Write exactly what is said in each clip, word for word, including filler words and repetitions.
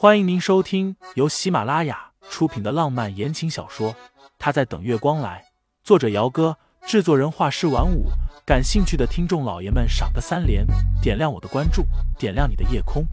欢迎您收听由喜马拉雅出品的浪漫言情小说《他在等月光来》，作者姚哥，制作人画师晚舞。感兴趣的听众老爷们赏个三连，点亮我的关注，点亮你的夜空。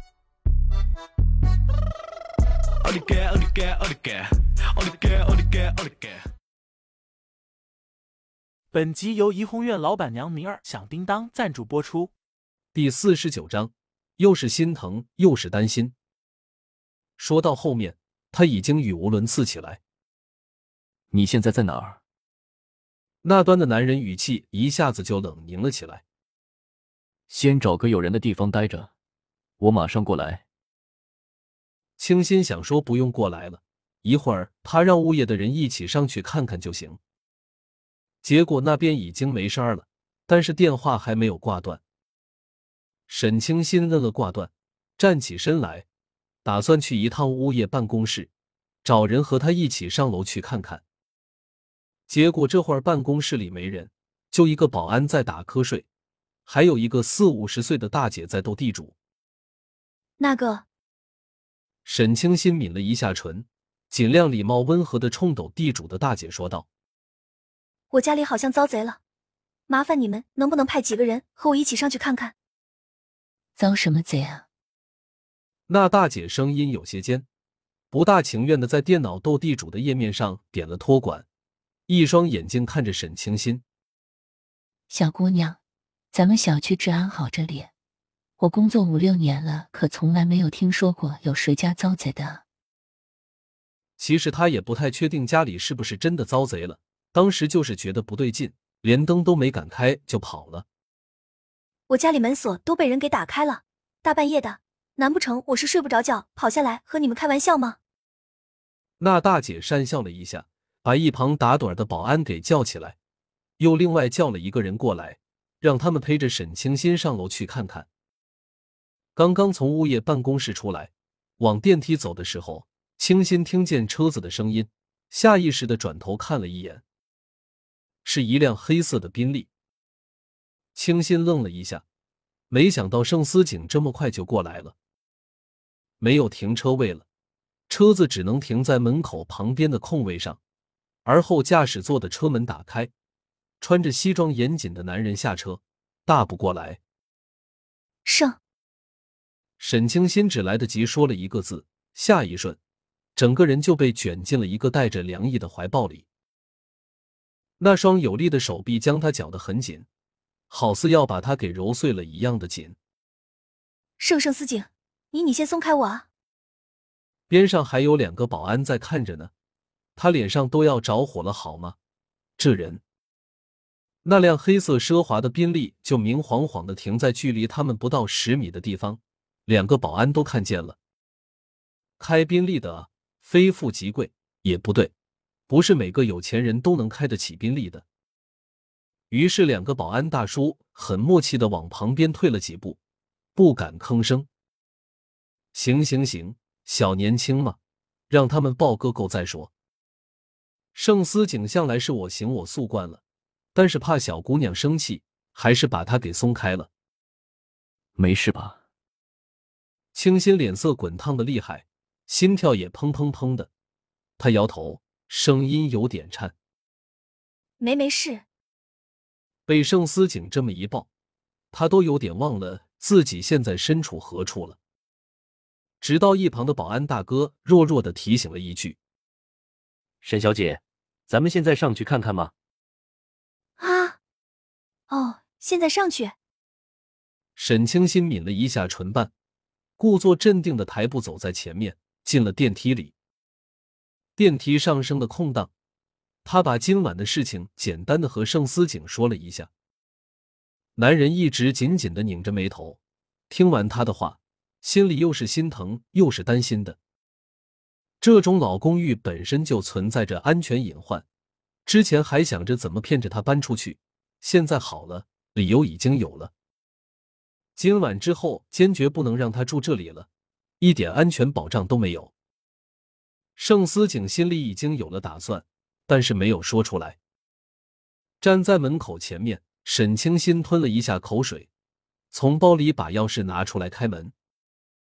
本集由怡红院老板娘明儿响叮当赞助播出。 第四十九章，又是心疼又是担心。说到后面，他已经语无伦次起来。 你现在在哪儿？ 那端的男人语气一下子就冷凝了起来。 先找个有人的地方待着，我马上过来。 清心想说不用过来了，一会儿他让物业的人一起上去看看就行。结果那边已经没事儿了，但是电话还没有挂断。沈清心摁了挂断，站起身来，打算去一趟物业办公室，找人和他一起上楼去看看。结果这会儿办公室里没人，就一个保安在打瞌睡，还有一个四五十岁的大姐在斗地主。 那个沈清心抿了一下唇，尽量礼貌温和地冲斗地主的大姐说道： 我家里好像遭贼了，麻烦你们能不能派几个人和我一起上去看看？ 遭什么贼啊？ 那大姐声音有些尖，不大情愿地在电脑斗地主的页面上点了托管，一双眼睛看着沈清心。 小姑娘，咱们小区治安好着咧，我工作五六年了，可从来没有听说过有谁家遭贼的。 其实他也不太确定家里是不是真的遭贼了，当时就是觉得不对劲，连灯都没敢开就跑了。 我家里门锁都被人给打开了，大半夜的，难不成我是睡不着觉跑下来和你们开玩笑吗？ 那大姐讪笑了一下，把一旁打盹的保安给叫起来，又另外叫了一个人过来，让他们陪着沈清心上楼去看看。刚刚从物业办公室出来，往电梯走的时候，清心听见车子的声音，下意识地转头看了一眼，是一辆黑色的宾利。清心愣了一下，没想到盛思景这么快就过来了。没有停车位了，车子只能停在门口旁边的空位上，而后驾驶座的车门打开，穿着西装严谨的男人下车，大步过来。 盛。 沈清心只来得及说了一个字，下一瞬，整个人就被卷进了一个带着凉意的怀抱里。那双有力的手臂将他绞得很紧，好似要把他给揉碎了一样的紧。 盛盛思景，你你先松开我啊！ 边上还有两个保安在看着呢，他脸上都要着火了好吗？这人。那辆黑色奢华的宾利就明晃晃地停在距离他们不到十米的地方，两个保安都看见了。开宾利的啊，非富即贵，也不对，不是每个有钱人都能开得起宾利的。于是两个保安大叔很默契地往旁边退了几步，不敢吭声。行行行，小年轻嘛，让他们抱个够再说。盛思景向来是我行我素惯了，但是怕小姑娘生气，还是把她给松开了。 没事吧？ 清心脸色滚烫的厉害，心跳也砰砰砰的，她摇头，声音有点颤。 没没事。 被盛思景这么一抱，他都有点忘了自己现在身处何处了。直到一旁的保安大哥弱弱地提醒了一句： 沈小姐，咱们现在上去看看吗？ 啊，哦，现在上去。 沈清心抿了一下唇瓣，故作镇定的抬步走在前面，进了电梯里。电梯上升的空档，他把今晚的事情简单的和盛思景说了一下。男人一直紧紧的拧着眉头，听完他的话，心里又是心疼又是担心的。这种老公寓本身就存在着安全隐患，之前还想着怎么骗着他搬出去，现在好了，理由已经有了。今晚之后坚决不能让他住这里了，一点安全保障都没有。盛思景心里已经有了打算，但是没有说出来。站在门口前面，沈清心吞了一下口水，从包里把钥匙拿出来开门。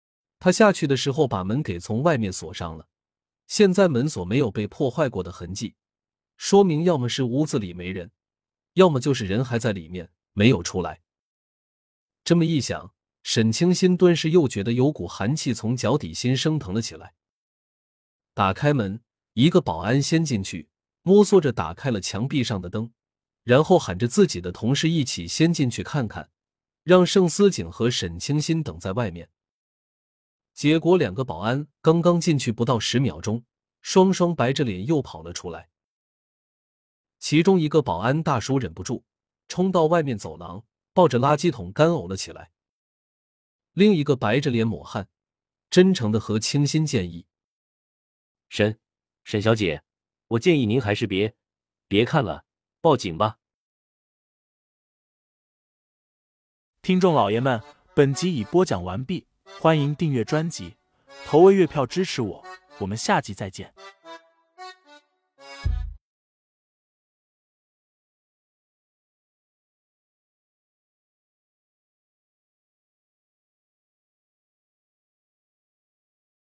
他下去的时候把门给从外面锁上了，现在门锁没有被破坏过的痕迹，说明要么是屋子里没人，要么就是人还在里面没有出来。这么一想，沈清心顿时又觉得有股寒气从脚底心升腾了起来。打开门，一个保安先进去，摸索着打开了墙壁上的灯，然后喊着自己的同事一起先进去看看，让盛思景和沈清心等在外面。结果两个保安刚刚进去不到十秒钟，双双白着脸又跑了出来。其中一个保安大叔忍不住冲到外面走廊，抱着垃圾桶干呕了起来。另一个白着脸抹汗，真诚地和清心建议： 沈沈小姐，我建议您还是别别看了，报警吧。 听众老爷们，本集已播讲完毕，欢迎订阅专辑，投喂月票支持我，我们下集再见。